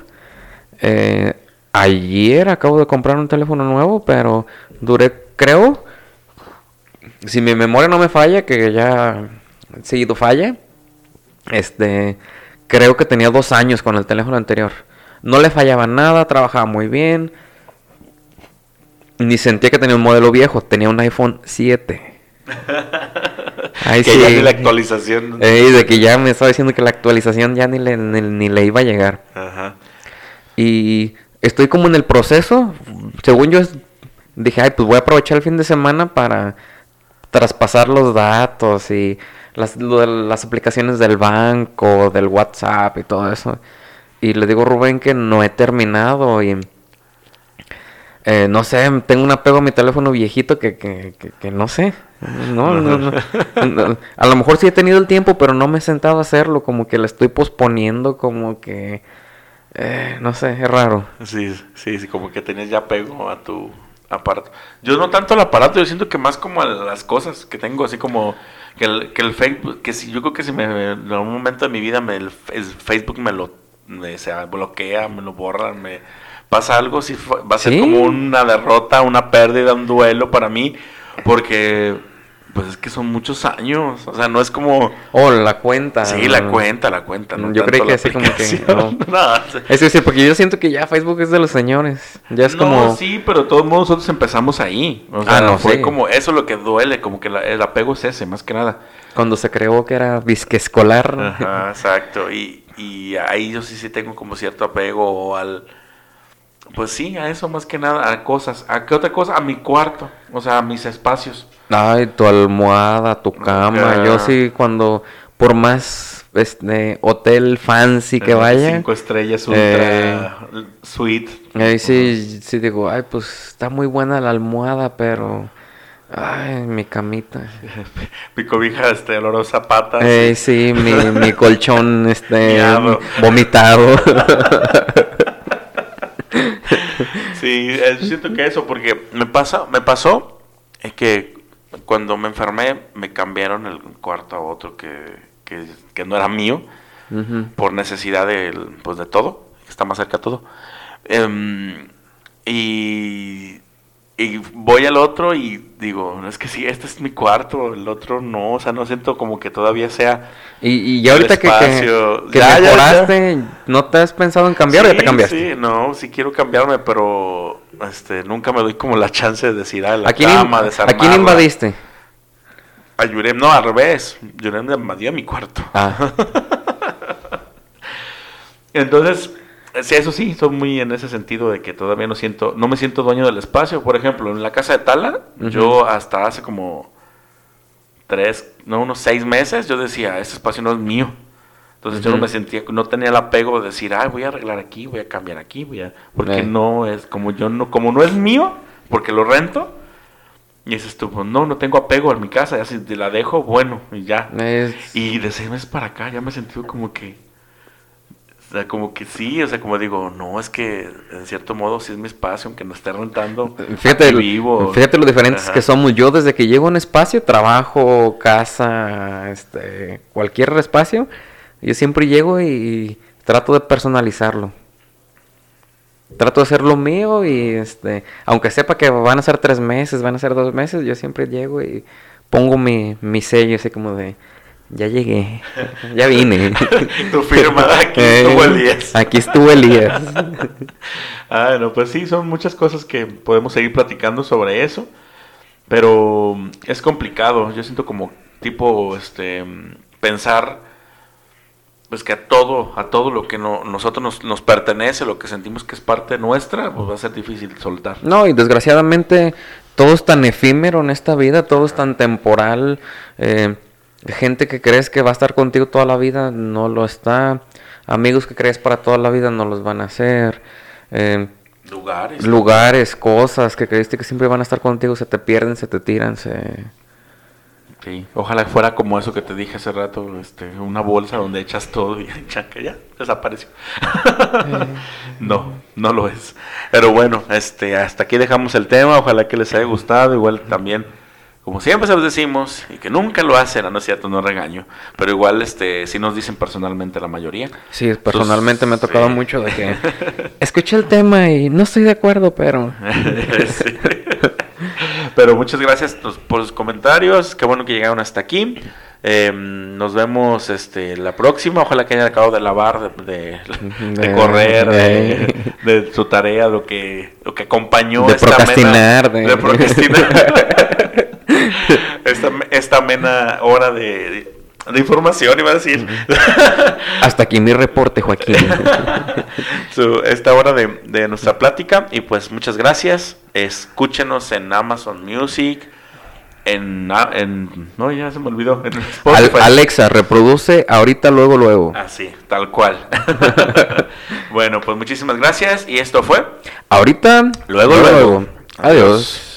Ayer acabo de comprar un teléfono nuevo, pero duré, creo, si mi memoria no me falla, que ya seguido falla. Creo que tenía 2 años con el teléfono anterior. No le fallaba nada, trabajaba muy bien. Ni sentía que tenía un modelo viejo. Tenía un iPhone 7. Ahí que sí, ya ni la actualización. De que ya me estaba diciendo que la actualización ya ni le iba a llegar. Ajá. Y estoy como en el proceso. Según yo dije, ay, pues voy a aprovechar el fin de semana para traspasar los datos y las aplicaciones del banco, del WhatsApp y todo eso. Y le digo a Rubén que no he terminado y no sé, tengo un apego a mi teléfono viejito que no sé. No. A lo mejor sí he tenido el tiempo, pero no me he sentado a hacerlo. Como que lo estoy posponiendo, como que no sé, es raro. Sí, como que tenías ya apego a tu aparato. Yo no tanto al aparato, yo siento que más como a las cosas que tengo, así como que el Facebook, que si yo creo que si en algún momento de mi vida el Facebook se bloquea, me lo borra, me pasa algo, si va a ser como una derrota, una pérdida, un duelo para mí, porque pues es que son muchos años, o sea, no es como... la cuenta. Sí, la cuenta, no yo creo que así como que... No. Es decir, porque yo siento que ya Facebook es de los señores, ya es como... No, sí, pero de todos modos nosotros empezamos ahí, o sea, fue como eso lo que duele, como que el apego es ese, más que nada. Cuando se creó que era disque escolar. Ajá, exacto, y ahí yo sí tengo como cierto apego pues sí, a eso más que nada, a cosas. ¿A qué otra cosa? A mi cuarto, o sea, a mis espacios. Ay, tu almohada, tu cama. Yo sí, cuando, por más hotel fancy que vaya. 5 estrellas, ultra suite. Ahí sí digo, ay, pues está muy buena la almohada, pero... Ay, mi camita. Mi cobija, olorosa pata. Sí, mi colchón, vomitado. Sí, siento que eso, porque me pasó que cuando me enfermé me cambiaron el cuarto a otro que no era mío, por necesidad de todo, que está más cerca todo. Y voy al otro y digo, es que sí, este es mi cuarto, el otro no, o sea, no siento como que todavía sea. Y ya ahorita que mejoraste, ¿no te has pensado en cambiar o ya te cambiaste? Sí, no, sí quiero cambiarme, pero nunca me doy como la chance de decir, ¿A quién invadiste? A Yurem, no, al revés, Yurem invadió mi cuarto. Entonces... Sí, eso sí, soy muy en ese sentido de que todavía no me siento dueño del espacio. Por ejemplo, en la casa de Tala, yo hasta hace como unos 6 meses, yo decía, este espacio no es mío. Entonces yo no me sentía, no tenía el apego de decir, voy a arreglar aquí, voy a cambiar aquí, porque no es, como no es mío, porque lo rento. Y dices tú, pues no tengo apego en mi casa, ya si te la dejo, bueno, y ya. Y de 6 meses para acá ya me he sentido como que... O sea, como que sí, o sea, como digo, no, es que en cierto modo sí es mi espacio, aunque no esté rentando. Fíjate lo diferentes que somos. Yo desde que llego a un espacio, trabajo, casa, cualquier espacio, yo siempre llego y trato de personalizarlo. Trato de hacer lo mío y aunque sepa que van a ser 3 meses, van a ser 2 meses, yo siempre llego y pongo mi sello así como de... Ya llegué, ya vine. Tu firma, aquí estuvo Elías. Aquí estuvo Elías. No, pues sí, son muchas cosas que podemos seguir platicando sobre eso, pero es complicado. Yo siento como tipo, pensar, pues que a todo lo que nosotros nos pertenece, lo que sentimos que es parte nuestra, pues va a ser difícil soltar. No, y desgraciadamente todo es tan efímero en esta vida, todo es tan temporal. Gente que crees que va a estar contigo toda la vida, no lo está. Amigos que crees para toda la vida, no los van a hacer. Lugares, cosas que creíste que siempre van a estar contigo, se te pierden, se te tiran, Sí, ojalá fuera como eso que te dije hace rato, una bolsa donde echas todo y ya desapareció. No lo es. Pero bueno, hasta aquí dejamos el tema, ojalá que les haya gustado, igual también... Como siempre se los decimos, y que nunca lo hacen, no es cierto, no regaño, pero igual sí nos dicen personalmente la mayoría. Sí, personalmente me ha tocado mucho de que escuché el tema y no estoy de acuerdo, pero... Sí. Pero muchas gracias por sus comentarios, qué bueno que llegaron hasta aquí. Nos vemos la próxima, ojalá que hayan acabado de lavar, de correr, de su tarea, lo que acompañó de procrastinar, esta amena hora de De información, iba a decir. Hasta aquí mi reporte, Joaquín. Esta hora de nuestra plática. Y pues muchas gracias. Escúchenos en Amazon Music. No, ya se me olvidó. En Alexa, reproduce ahorita, luego, luego. Así, tal cual. Bueno, pues muchísimas gracias. Y esto fue Ahorita, luego. Adiós.